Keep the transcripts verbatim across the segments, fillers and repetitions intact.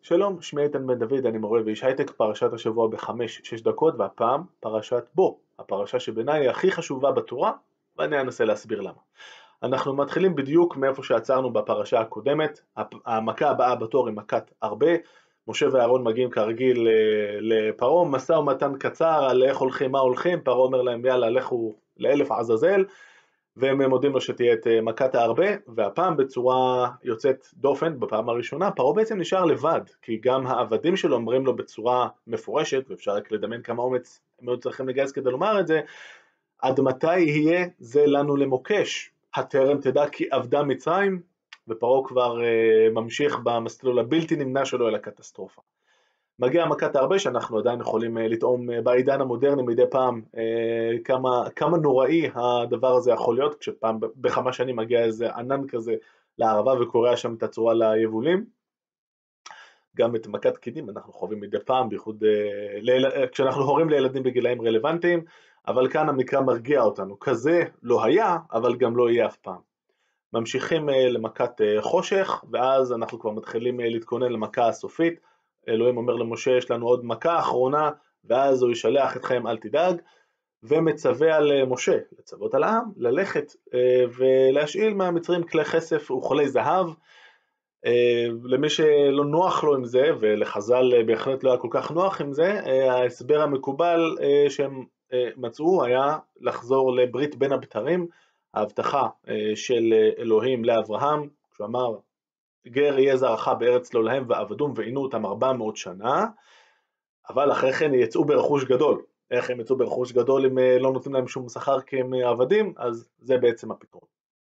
שלום, שמי איתן בן דוד, אני מורה ואיש הייטק, פרשת השבוע בחמש שש דקות, והפעם פרשת בו, הפרשה שבעיניי היא הכי חשובה בתורה, ואני אנסה להסביר למה. אנחנו מתחילים בדיוק מאיפה שעצרנו בפרשה הקודמת. המכה הבאה בתור היא מכת הרבה. משה ואהרון מגיעים כרגיל לפרעה, משא ומתן קצר על איך הולכים, מה הולכים. פרעה אומר להם יאללה לכו לאלף עזאזל, והם מודים לו שתהיה את מכת הרבה, והפעם בצורה יוצאת דופן, בפעם הראשונה, פרעה בעצם נשאר לבד, כי גם העבדים שלו אומרים לו בצורה מפורשת, ואפשר רק לדמיין כמה אומץ הם היו צריכים לגייס כדי לומר את זה, עד מתי יהיה זה לנו למוקש, הטרם תדע כי עבדה מצרים, ופרעה כבר uh, ממשיך במסלול הבלתי נמנע שלו אל הקטסטרופה. מגיע מכת הרבה שאנחנו עדיין יכולים לטעום בעידן המודרני מדי פעם כמה, כמה נוראי הדבר הזה יכול להיות, כשפעם בכמה שנים מגיע איזה ענן כזה לערבה וקורא שם את הצורה ליבולים. גם את מכת קידים אנחנו חווים מדי פעם, בייחוד כשאנחנו הורים לילדים בגילאים רלוונטיים, אבל כאן המקרא מרגיע אותנו, כזה לא היה, אבל גם לא יהיה אף פעם. ממשיכים למכת חושך, ואז אנחנו כבר מתחילים להתכונן למכה הסופית. אלוהים אומר למשה יש לנו עוד מכה אחרונה, ואז הוא ישלח אתכם אל תדאג, ומצווה על משה, לצוות על העם, ללכת ולהשאיל מהמצרים כלי כסף וכלי זהב. למי שלא נוח לו עם זה, ולחז"ל בהחלט לא היה כל כך נוח עם זה, ההסבר המקובל שהם מצאו היה לחזור לברית בין הבתרים, ההבטחה של אלוהים לאברהם, כשהוא אמר גר יהיה זרעך בארץ לא להם ועבדום ועינו אותם ארבע מאות שנה, אבל אחרי כן יצאו ברכוש גדול. איך הם יצאו ברכוש גדול אם לא נותנים להם שום שכר כי הם עבדים? אז זה בעצם הפתרון.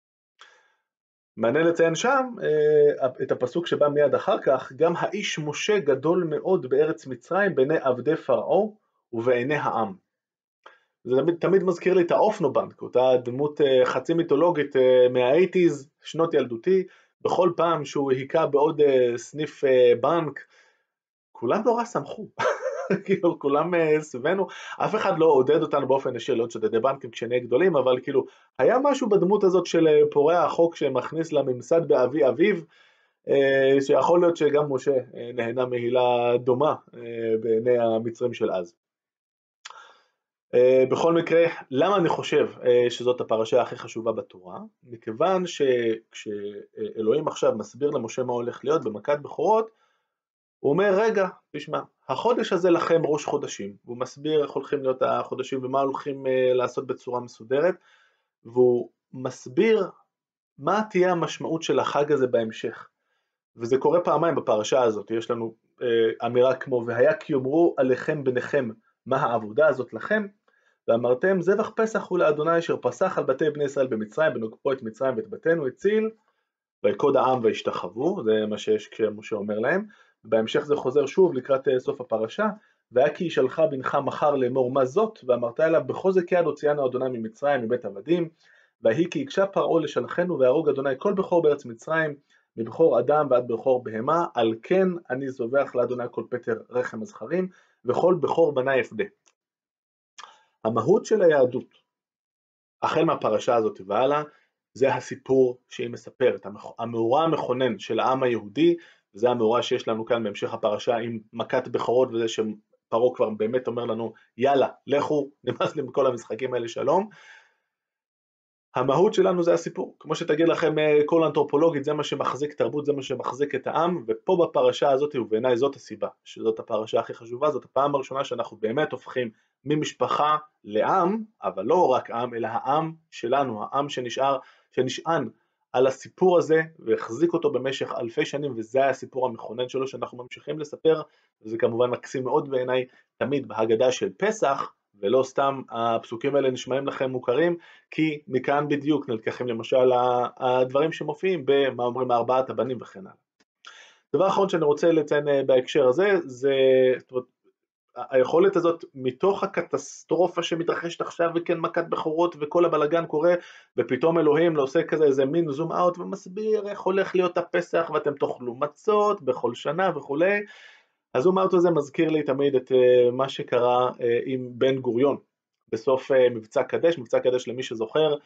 מעניין לציין שם את הפסוק שבא מיד אחר כך, גם האיש משה גדול מאוד בארץ מצרים בעיני עבדי פרעה ובעיני העם. זה תמיד, תמיד מזכיר לי את האופנובנק, אותה דמות חצי מיתולוגית מה-שמונים, שנות ילדותי, בכל פעם שהוא היכה בעוד סניף בנק, כולם נורא שמחו, כאילו כולם סביבנו, אף אחד לא עודד אותנו באופן ישיר להיות שודדי בנקים כשנהיה גדולים, אבל כאילו היה משהו בדמות הזאת של פורע החוק שמכניס לממסד באבי אביו, שיכול להיות שגם משה נהנה מהילה דומה בעיני המצרים של אז. בכל מקרה, למה אני חושב שזאת הפרשה הכי חשובה בתורה? מכיוון שכשאלוהים עכשיו מסביר למשה מה הולך להיות במכת בכורות, הוא אומר רגע, תשמע, החודש הזה לכם ראש חודשים, והוא מסביר איך הולכים להיות החודשים ומה הולכים לעשות בצורה מסודרת, והוא מסביר מה תהיה המשמעות של החג הזה בהמשך. וזה קורה פעמיים בפרשה הזאת, יש לנו אמירה כמו והיה כי יאמרו עליכם ביניכם מה העבודה הזאת לכם, ואמרתם זבח פסח הוא לאדוני אשר פסח על בתי בני ישראל במצרים, בנוקפו את מצרים ואת בתינו הציל, ויקוד העם וישתחוו, זה מה שיש כשמשה אומר להם, ובהמשך זה חוזר שוב לקראת סוף הפרשה, והיה כי ישלח בנך מחר לאמור מה זאת, ואמרת אליו בחוזק יד הוציאנו אדוני ממצרים מבית עבדים, והיא כי יקשה פרעה לשלחנו ויהרוג אדוני כל בכור בארץ מצרים, מבכור אדם ועד בכור בהמה, על כן אני זובח לאדוני כל פטר רחם הזכרים, וכל בכור בני אפדה. המהות של היהדות, החל מהפרשה הזאת והלאה, זה הסיפור שהיא מספרת, המאורע המכונן של העם היהודי, זה המאורע שיש לנו כאן בהמשך הפרשה עם מכת בכורות, וזה שפרעה כבר באמת אומר לנו, יאללה, לכו, נמאס לי מכל המשחקים האלה, שלום. המהות שלנו זה הסיפור, כמו שתגיד לכם כל אנתרופולוגית, זה מה שמחזיק תרבות, זה מה שמחזיק את העם, ופה בפרשה הזאת, ובעיניי זאת הסיבה, שזאת הפרשה הכי חשובה, זאת הפעם הראשונה שאנחנו באמת הופכים ממשפחה לעם, אבל לא רק עם, אלא העם שלנו, העם שנשאר, שנשען על הסיפור הזה, והחזיק אותו במשך אלפי שנים, וזה הסיפור המכונן שלו שאנחנו ממשיכים לספר, וזה כמובן מקסים מאוד בעיניי, תמיד בהגדה של פסח, ולא סתם הפסוקים האלה נשמעים לכם מוכרים, כי מכאן בדיוק נלקחים למשל הדברים שמופיעים במה אומרים ארבעת הבנים וכן הלאה. דבר אחרון שאני רוצה לציין בהקשר הזה, זה היכולת הזאת מתוך הקטסטרופה שמתרחשת עכשיו וכן מכת בכורות וכל הבלגן קורה, ופתאום אלוהים לא עושה כזה איזה מין זום אאוט ומסביר איך הולך להיות הפסח ואתם תאכלו מצות בכל שנה וכולי. הזום אאוט הזה מזכיר לי תמיד את מה שקרה עם בן גוריון בסוף מבצע קדש, מבצע קדש למי שזוכר,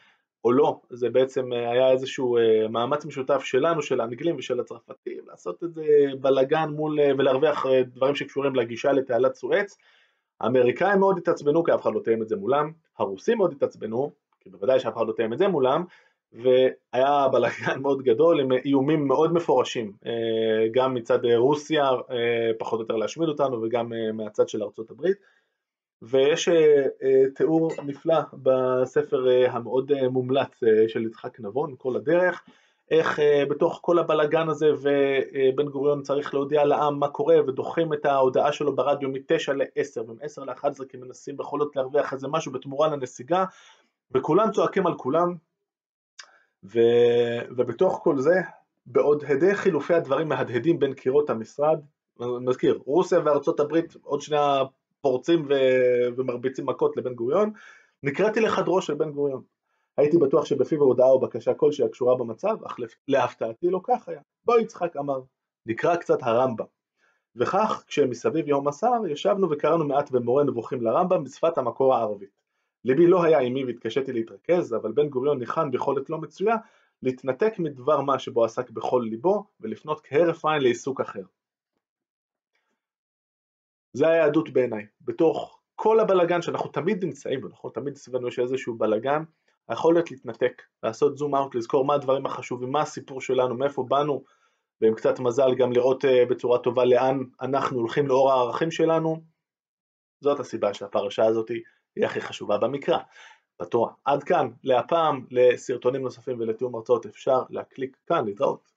או לא, זה בעצם היה איזשהו מאמץ משותף שלנו, של האנגלים ושל הצרפתים, לעשות איזה בלגן מול, ולהרוויח דברים שקשורים לגישה לתעלת סואץ. האמריקאים מאוד התעצבנו, כי אף אחד לא תאם את זה מולם, הרוסים מאוד התעצבנו, כי בוודאי שאף אחד לא תאם את זה מולם, והיה בלגן מאוד גדול עם איומים מאוד מפורשים, גם מצד רוסיה פחות או יותר להשמיד אותנו, וגם מהצד של ארצות הברית. ויש תיאור נפלא בספר המאוד מומלץ של יצחק נבון, כל הדרך, איך בתוך כל הבלגן הזה ובן גוריון צריך להודיע לעם מה קורה, ודוחים את ההודעה שלו ברדיו מתשע לעשר, ומעשר לאחת עשרה, כי מנסים בכל זאת להרוויח איזה משהו בתמורה לנסיגה, וכולם צועקים על כולם, ו... ובתוך כל זה, בעוד הדי חילופי הדברים מהדהדים בין קירות המשרד, מזכיר, רוסיה וארצות הברית, עוד שני פורצים ו... ומרביצים מכות לבן גוריון, נקראתי לחדרו של בן גוריון. הייתי בטוח שבפיו הודעה או בקשה כלשהי הקשורה במצב, אך להפתעתי לא כך היה. בוא יצחק אמר, נקרא קצת הרמב"ם. וכך, כשמסביב יום מסר, ישבנו וקראנו מעט במורה נבוכים לרמב"ם בשפת המקור הערבית. ליבי לא היה עימי והתקשיתי להתרכז, אבל בן גוריון ניחן ביכולת לא מצויה, להתנתק מדבר מה שבו עסק בכל ליבו, ולפנות כהרף עין לעיסוק אחר. זה היהדות בעיניי. בתוך כל הבלגן שאנחנו תמיד נמצאים בו, אנחנו תמיד סביבנו יש איזשהו בלגן, היכולת להתנתק, לעשות זום אאוט, לזכור מה הדברים החשובים, מה הסיפור שלנו, מאיפה באנו, ועם קצת מזל גם לראות בצורה טובה לאן אנחנו הולכים לאור הערכים שלנו. זאת הסיבה שהפרשה הזאת היא הכי חשובה במקרא, בתורה. עד כאן, להפעם, לסרטונים נוספים ולתיאום הרצאות אפשר להקליק כאן, להתראות.